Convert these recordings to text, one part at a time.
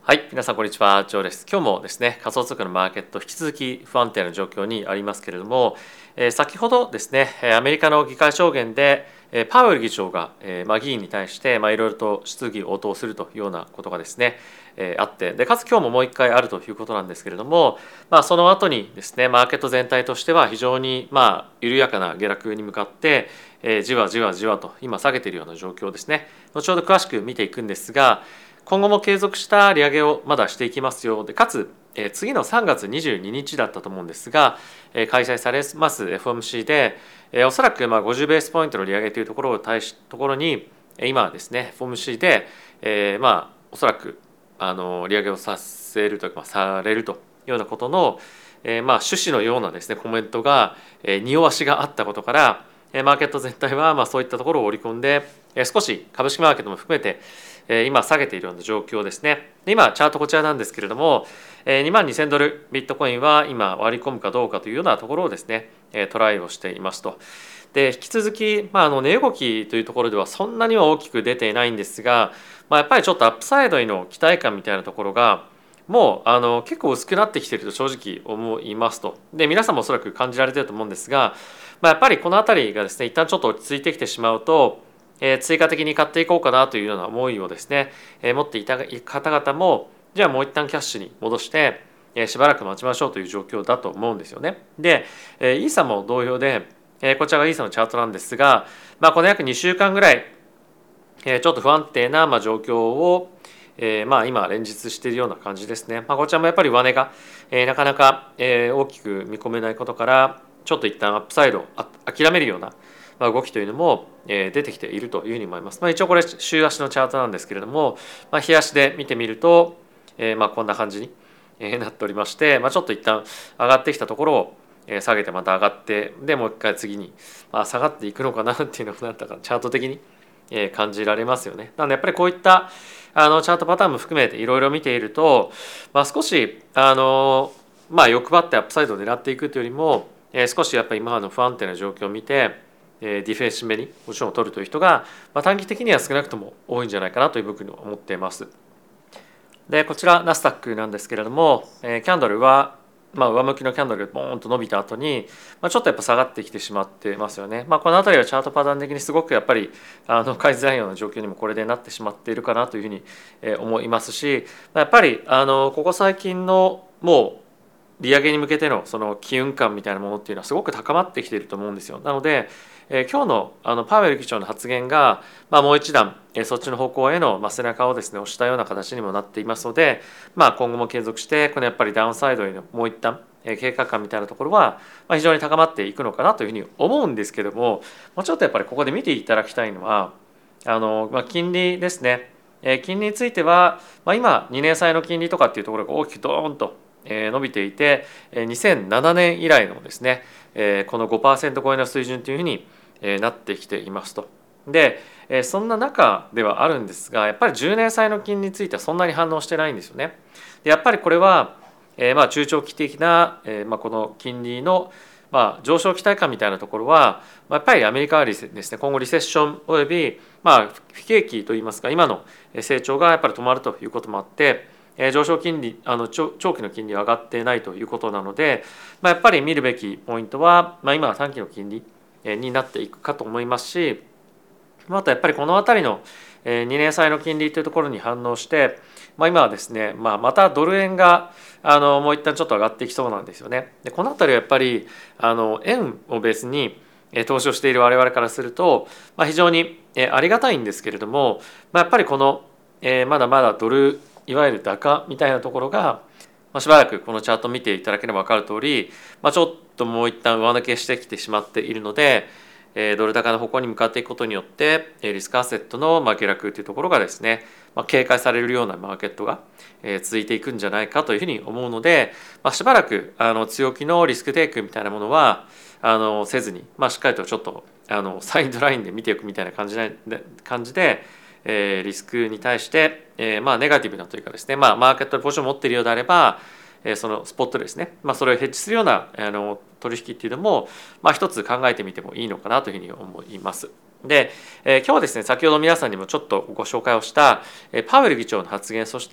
はい、皆さんこんにちは、ジョーです。今日もですね、仮想通貨のマーケット引き続き不安定な状況にありますけれども、先ほどですね、アメリカの議会証言でパウエル議長が議員に対していろいろと質疑応答するというようなことがですね、あって、でかつ今日ももう一回あるということなんですけれども、その後にですね、マーケット全体としては非常に緩やかな下落に向かってじわじわじわと今下げているような状況ですね。後ほど詳しく見ていくんですが、今後も継続した利上げをまだしていきますよ。でかつ次の3月22日だったと思うんですが、開催されます FOMC でおそらく50ベースポイントの利上げというところに今ですね FOMC でおそらく利上げをさせるというかされるというようなことの趣旨のようなですねコメントが匂わしがあったことから、マーケット全体はそういったところを織り込んで少し株式マーケットも含めて今下げているような状況ですね。今チャートこちらなんですけれども、$22,000ビットコインは今割り込むかどうかというようなところをですねトライをしていますと。で引き続き、値動きというところではそんなには大きく出ていないんですが、やっぱりちょっとアップサイドへの期待感みたいなところがもう結構薄くなってきていると正直思いますと。で皆さんもおそらく感じられていると思うんですが、やっぱりこの辺りがですね一旦ちょっと落ち着いてきてしまうと追加的に買っていこうかなというような思いをですね持っていた方々もじゃあもう一旦キャッシュに戻してしばらく待ちましょうという状況だと思うんですよね。でイーサも同様でこちらがイーサのチャートなんですが、この約2週間ぐらいちょっと不安定な状況を今連日しているような感じですね。こちらもやっぱり上値がなかなか大きく見込めないことからちょっと一旦アップサイド諦めるような動きというのも出てきているというふうに思います。一応これ週足のチャートなんですけれども、日足で見てみるとこんな感じになっておりまして、ちょっと一旦上がってきたところを下げてまた上がってでもう一回次に下がっていくのかなっていうのがなんだかチャート的に感じられますよね。なのでやっぱりこういったチャートパターンも含めていろいろ見ていると、少し欲張ってアップサイドを狙っていくというよりも少しやっぱり今の不安定な状況を見てディフェンス目にポジションを取るという人が短期的には少なくとも多いんじゃないかなというふうに思っています。でこちらナスダックなんですけれども、キャンドルは上向きのキャンドルがボーンと伸びた後に、ちょっとやっぱ下がってきてしまってますよね。この辺りはチャートパターン的にすごくやっぱり買いづらいような状況にもこれでなってしまっているかなというふうに思いますし、やっぱりここ最近のもう利上げに向けてのその機運感みたいなものっていうのはすごく高まってきていると思うんですよ。なので今日のパウエル議長の発言がもう一段そっちの方向への背中をですね押したような形にもなっていますので、今後も継続してこのやっぱりダウンサイドへのもう一旦警戒感みたいなところは非常に高まっていくのかなというふうに思うんですけども、もうちょっとやっぱりここで見ていただきたいのは金利ですね。金利については今2年債の金利とかっていうところが大きくドーンと伸びていて2007年以来のですねこの 5% 超えの水準というふうになってきていますと。でそんな中ではあるんですが、やっぱり10年債の金利についてはそんなに反応してないんですよね。でやっぱりこれは中長期的なこの金利の上昇期待感みたいなところはやっぱりアメリカはですね今後リセッションおよび不景気といいますか今の成長がやっぱり止まるということもあって上昇金利長期の金利は上がってないということなので、やっぱり見るべきポイントは今は短期の金利になっていくかと思いますし、あとやっぱりこの辺りの2年債の金利というところに反応して今はですねまたドル円がもう一旦ちょっと上がっていきそうなんですよね。でこの辺りはやっぱり円をベースに投資をしている我々からすると非常にありがたいんですけれども、やっぱりこのまだまだドルいわゆる高みたいなところがしばらくこのチャートを見ていただければ分かる通りちょっともう一旦上抜けしてきてしまっているのでドル高の方向に向かっていくことによってリスクアセットの下落というところがですね警戒されるようなマーケットが続いていくんじゃないかというふうに思うので、しばらく強気のリスクテイクみたいなものはせずにしっかりとちょっとサイドラインで見ていくみたいな感じでリスクに対してネガティブなというかですねマーケットでポジションを持っているようであればそのスポットですねそれをヘッジするような取引っていうのも一つ考えてみてもいいのかなというふうに思います。で今日はですね先ほど皆さんにもちょっとご紹介をしたパウエル議長の発言、そして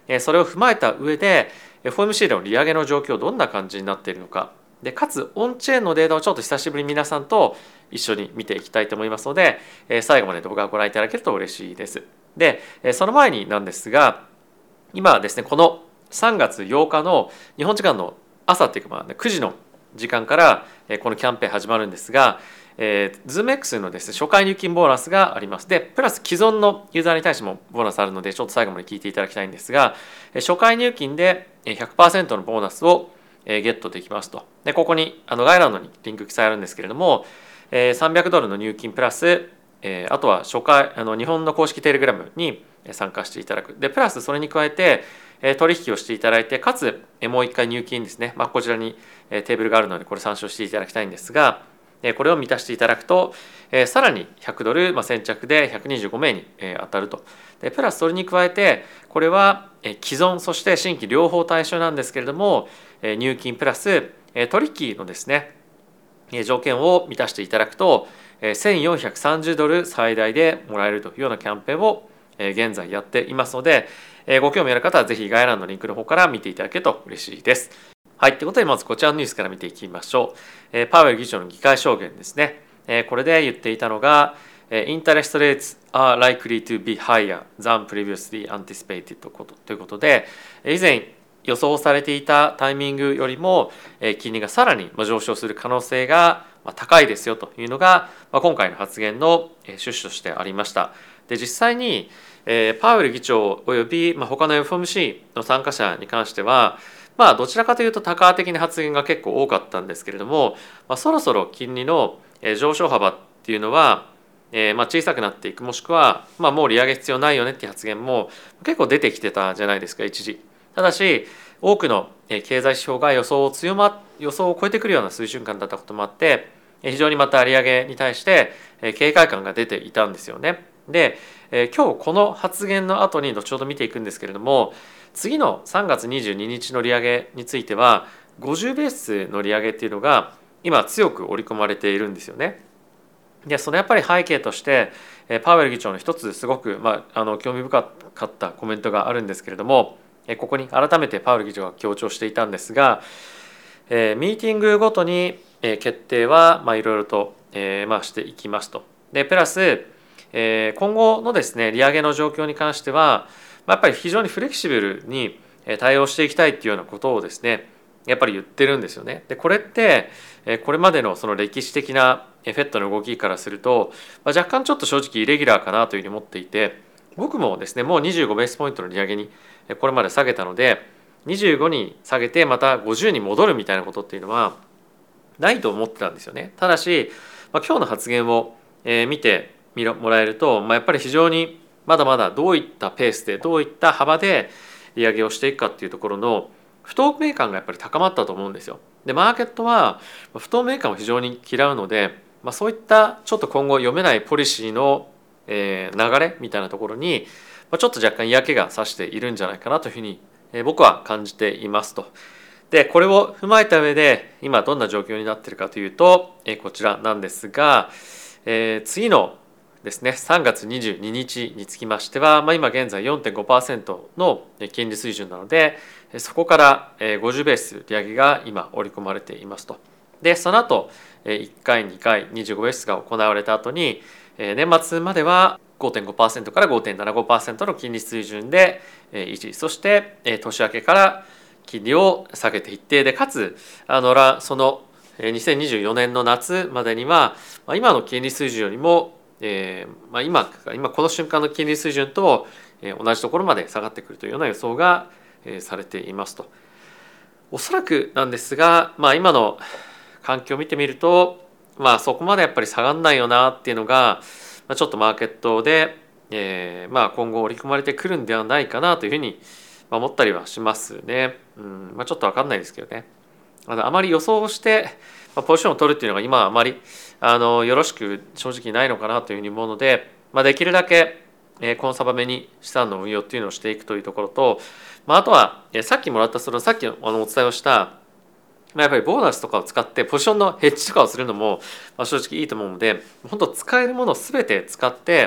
それを踏まえた上で FOMC での利上げの状況どんな感じになっているのかで、かつオンチェーンのデータをちょっと久しぶりに皆さんと一緒に見ていきたいと思いますので、最後まで動画をご覧いただけると嬉しいです。で、その前になんですが、今ですね、この3月8日の日本時間の朝っていうか9時の時間からこのキャンペーン始まるんですが、ZoomX のですね初回入金ボーナスがあります。でプラス既存のユーザーに対してもボーナスあるのでちょっと最後まで聞いていただきたいんですが、初回入金で 100% のボーナスをゲットできますと。でここに概要欄にリンク記載あるんですけれども、$300の入金プラスあとは初回日本の公式テレグラムに参加していただく。でプラスそれに加えて取引をしていただいて、かつもう一回入金ですね、こちらにテーブルがあるのでこれ参照していただきたいんですが、これを満たしていただくとさらに$100先着で125名に当たると。でプラスそれに加えてこれは既存そして新規両方対象なんですけれども、入金プラス取引のですね条件を満たしていただくと$1430最大でもらえるというようなキャンペーンを現在やっていますので、ご興味ある方はぜひ概要欄のリンクの方から見ていただけると嬉しいです。はい、ということでまずこちらのニュースから見ていきましょう。パウエル議長の議会証言ですね。これで言っていたのが、Interest rates are likely to be higher than previously anticipated ということで、以前予想されていたタイミングよりも金利がさらに上昇する可能性が高いですよというのが今回の発言の趣旨としてありました。で実際にパウエル議長および他の FOMC の参加者に関してはどちらかというと多角的な発言が結構多かったんですけれども、そろそろ金利の上昇幅っていうのは小さくなっていく、もしくはもう利上げ必要ないよねっていう発言も結構出てきてたじゃないですか一時。ただし多くの経済指標が予想を超えてくるような水準感だったこともあって非常にまた利上げに対して警戒感が出ていたんですよね。で今日この発言の後に後ほど見ていくんですけれども、次の3月22日の利上げについては50ベースの利上げっていうのが今強く織り込まれているんですよね。でそのやっぱり背景としてパウエル議長の一つすごく興味深かったコメントがあるんですけれども、ここに改めてパウエル議長が強調していたんですが、ミーティングごとに決定はいろいろとしていきますと。でプラス今後のですね利上げの状況に関してはやっぱり非常にフレキシブルに対応していきたいっていうようなことをですねやっぱり言ってるんですよね。でこれってこれまでのその歴史的なFEDの動きからすると若干ちょっと正直イレギュラーかなというふうに思っていて、僕もですねもう25ベースポイントの利上げにこれまで下げたので25に下げてまた50に戻るみたいなことっていうのはないと思ってたんですよね。ただし今日の発言を見てもらえるとやっぱり非常にまだまだどういったペースでどういった幅で利上げをしていくかっていうところの不透明感がやっぱり高まったと思うんですよ。でマーケットは不透明感を非常に嫌うので、そういったちょっと今後読めないポリシーの流れみたいなところにちょっと若干嫌気がさしているんじゃないかなというふうに僕は感じていますと。でこれを踏まえた上で今どんな状況になっているかというとこちらなんですが、次のですね3月22日につきましては、今現在 4.5% の金利水準なのでそこから50ベース利上げが今織り込まれていますと。でその後1回2回25ベースが行われた後に年末までは 5.5% から 5.75% の金利水準で維持、そして年明けから金利を下げていって、でかつその2024年の夏までには今の金利水準よりも今この瞬間の金利水準と同じところまで下がってくるというような予想がされていますと。おそらくなんですが、今の環境を見てみるとそこまでやっぱり下がんないよなっていうのがちょっとマーケットで今後織り込まれてくるんではないかなというふうに思ったりはしますね。ちょっと分かんないですけどね。あまり予想してポジションを取るっていうのが今はあまりよろしく正直ないのかなというふうに思うので、できるだけコンサバめに資産の運用っていうのをしていくというところと、あとはさっきもらったさっきお伝えをしたやっぱりボーナスとかを使ってポジションのヘッジとかをするのも正直いいと思うので、本当使えるものを全て使って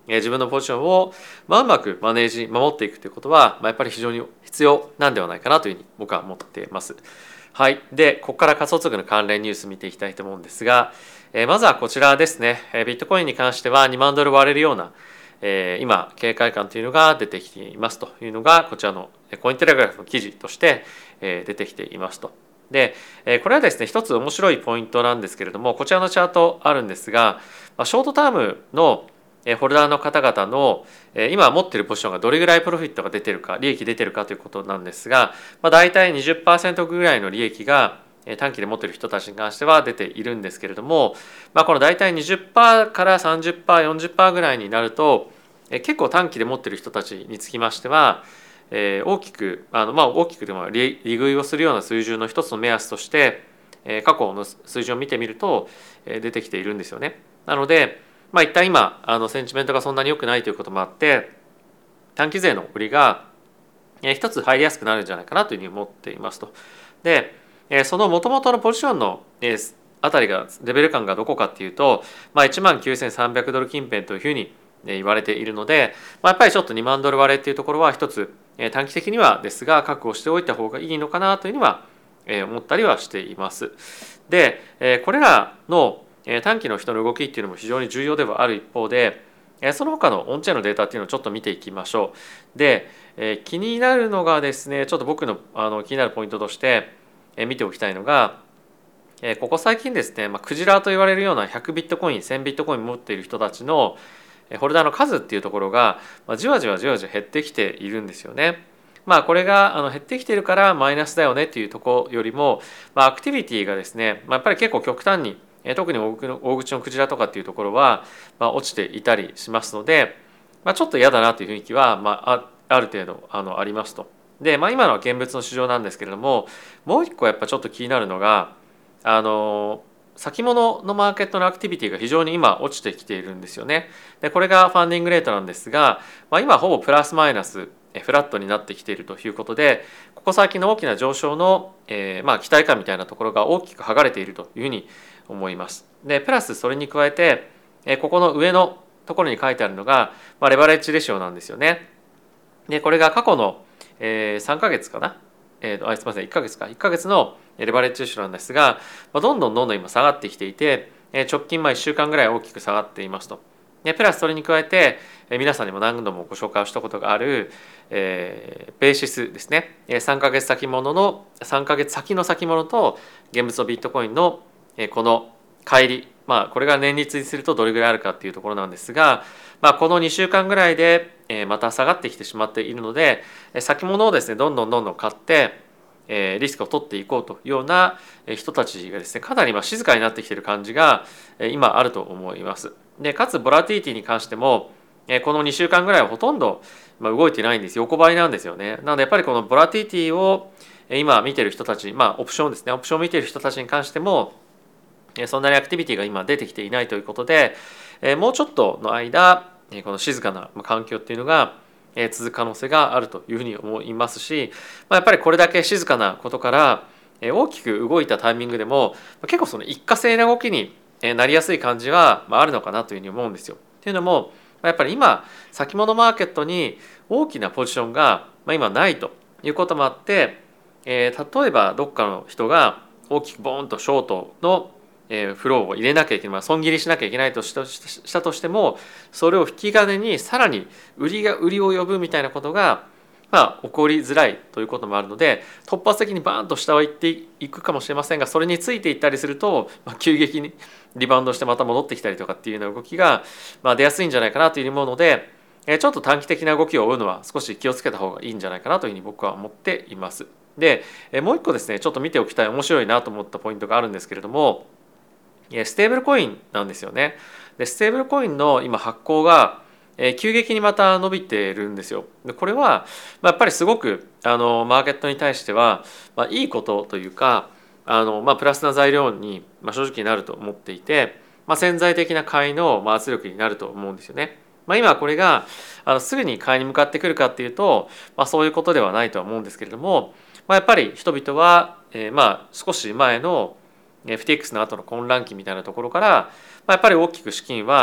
自分のポジションをうまく守っていくということはやっぱり非常に必要なんではないかなというふうに僕は思っています。はい、でここから仮想通貨の関連ニュース見ていきたいと思うんですが、まずはこちらですね。ビットコインに関しては2万ドル割れるような今警戒感というのが出てきていますというのがこちらのコインテレグラフの記事として出てきていますと。でこれはですね一つ面白いポイントなんですけれども、こちらのチャートあるんですがショートタームのホルダーの方々の今持っているポジションがどれぐらいプロフィットが出てるか利益出てるかということなんですが、大体 20% ぐらいの利益が短期で持っている人たちに関しては出ているんですけれども、この大体 20% から 30%40% ぐらいになると結構短期で持っている人たちにつきましては大きく大きくでも利食いをするような水準の一つの目安として過去の水準を見てみると出てきているんですよね。なので一旦今センチメントがそんなに良くないということもあって短期勢の売りが一つ入りやすくなるんじゃないかなというふうに思っていますと。でその元々のポジションのあたりがレベル感がどこかっていうと、19,300ドル近辺というふうに言われているので、やっぱりちょっと2万ドル割れっていうところは一つ短期的にはですが確保しておいた方がいいのかなというには思ったりはしています。でこれらの短期の人の動きっていうのも非常に重要ではある一方でその他のオンチェーンのデータっていうのをちょっと見ていきましょう。で気になるのがですねちょっと僕の気になるポイントとして見ておきたいのがここ最近ですねクジラと言われるような100ビットコイン1000ビットコイン持っている人たちのホルダーの数っていうところがじわじわ減ってきているんですよね。これが減ってきているからマイナスだよねっていうところよりもアクティビティがですねやっぱり結構極端に特に大口のクジラとかっていうところは落ちていたりしますのでちょっと嫌だなという雰囲気はある程度ありますと。で今のは現物の市場なんですけれどももう一個やっぱちょっと気になるのが先物のマーケットのアクティビティが非常に今落ちてきているんですよね。でこれがファンディングレートなんですが、今ほぼプラスマイナスフラットになってきているということでここ最近の大きな上昇の、期待感みたいなところが大きく剥がれているというふうに思います。でプラスそれに加えてここの上のところに書いてあるのが、レバレッジレシオなんですよね。でこれが過去の、3ヶ月かな、すみません1ヶ月か1ヶ月のレバレッジレシオなんですが、どんどん今下がってきていて直近1週間ぐらい大きく下がっていますと。プラスそれに加えて皆さんにも何度もご紹介をしたことがあるベーシスですね。3ヶ月先物の3ヶ月先の先物と現物のビットコインのこの乖離、これが年率にするとどれぐらいあるかっていうところなんですが、この2週間ぐらいでまた下がってきてしまっているので先物をですねどんどん買ってリスクを取っていこうというような人たちがですねかなり静かになってきている感じが今あると思います。でかつボラティリティに関してもこの2週間ぐらいはほとんど動いてないんです。横ばいなんですよね。なのでやっぱりこのボラティリティを今見てる人たち、オプションですねオプションを見てる人たちに関してもそんなにアクティビティが今出てきていないということでもうちょっとの間この静かな環境っていうのが続く可能性があるというふうに思いますし、やっぱりこれだけ静かなことから大きく動いたタイミングでも結構その一過性な動きになりやすい感じはあるのかなというふうに思うんですよ。っていうのもやっぱり今先物マーケットに大きなポジションが今ないということもあって例えばどっかの人が大きくボーンとショートのフローを入れなきゃいけない、損切りしなきゃいけないとしたとしてもそれを引き金にさらに売りが売りを呼ぶみたいなことが起こりづらいということもあるので突発的にバーンと下は行っていくかもしれませんがそれについていったりすると急激にリバウンドしてまた戻ってきたりとかっていうような動きが出やすいんじゃないかなというふうに思うのでちょっと短期的な動きを追うのは少し気をつけた方がいいんじゃないかなというふうに僕は思っています。でもう一個ですねちょっと見ておきたい面白いなと思ったポイントがあるんですけれどもステーブルコインなんですよね。でステーブルコインの今発行が急激にまた伸びているんですよ。でこれはやっぱりすごくマーケットに対してはいいことというかプラスな材料に正直になると思っていて、潜在的な買いの圧力になると思うんですよね。今これがすぐに買いに向かってくるかっていうと、そういうことではないとは思うんですけれども、やっぱり人々は少し前のFTX の後の混乱期みたいなところからやっぱり大きく資金は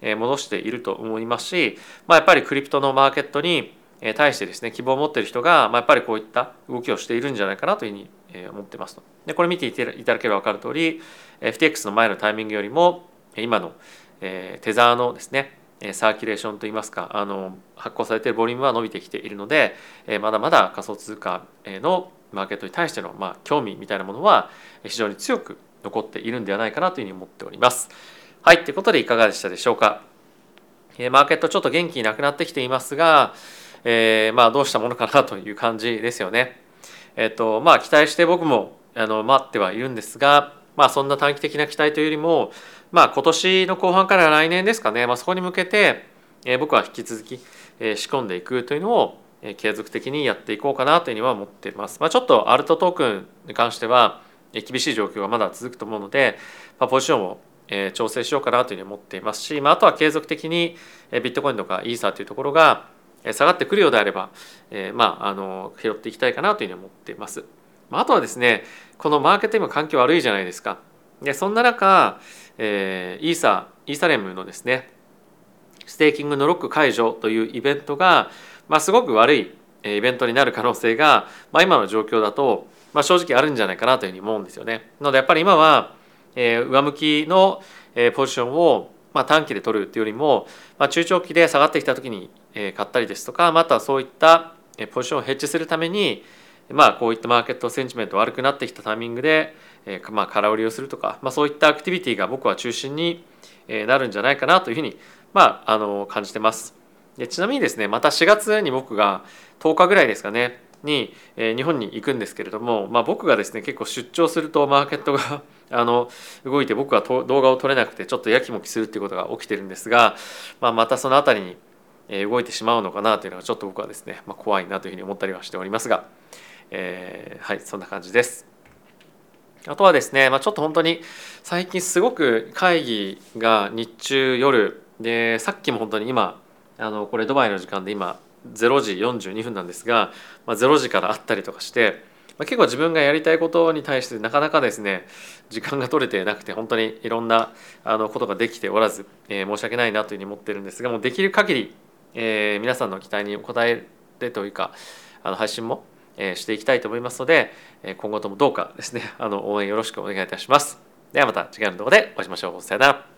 戻していると思いますし、やっぱりクリプトのマーケットに対してですね希望を持っている人が、やっぱりこういった動きをしているんじゃないかなというふうに思ってますと。でこれ見ていただければ分かる通り FTX の前のタイミングよりも今のテザーのですねサーキュレーションといいますか発行されているボリュームは伸びてきているのでまだまだ仮想通貨のマーケットに対しての興味みたいなものは非常に強く残っているんではないかなというふうに思っております。はい、ということでいかがでしたでしょうか。マーケットちょっと元気なくなってきていますが、どうしたものかなという感じですよね。期待して僕も待ってはいるんですが、そんな短期的な期待というよりも、今年の後半から来年ですかね、そこに向けて僕は引き続き仕込んでいくというのを継続的にやっていこうかなというふうには思っています。ちょっとアルトトークンに関しては厳しい状況がまだ続くと思うので、ポジションを調整しようかなというふうに思っていますし、あとは継続的にビットコインとかイーサーというところが下がってくるようであれば、拾っていきたいかなというふうに思っています。あとはですね、このマーケット今環境悪いじゃないですか。でそんな中、イーサレムのですねステーキングのロック解除というイベントが、すごく悪いイベントになる可能性が、今の状況だと、正直あるんじゃないかなというふうに思うんですよね。なのでやっぱり今は、上向きのポジションを短期で取るというよりも、中長期で下がってきた時に買ったりですとか、またはそういったポジションをヘッジするために、こういったマーケットセンチメント悪くなってきたタイミングで空売りをするとか、そういったアクティビティが僕は中心になるんじゃないかなというふうに感じてます。でちなみにですね、また4月に僕が10日ぐらいですかねに日本に行くんですけれども、僕がですね結構出張するとマーケットが動いて僕は動画を撮れなくてちょっとやきもきするっていうことが起きてるんですが、またそのあたりに動いてしまうのかなというのがちょっと僕はですね、怖いなというふうに思ったりはしておりますが、はいそんな感じです。あとはですね、ちょっと本当に最近すごく会議が日中夜で、さっきも本当に今これドバイの時間で今0時42分なんですが、0時からあったりとかして、結構自分がやりたいことに対してなかなかですね時間が取れてなくて、本当にいろんなことができておらず、申し訳ないなというふうに思ってるんですが、もうできる限り、皆さんの期待に応えてというか配信もしていきたいと思いますので、今後ともどうかですね応援よろしくお願いいたします。ではまた次回の動画でお会いしましょう。さよなら。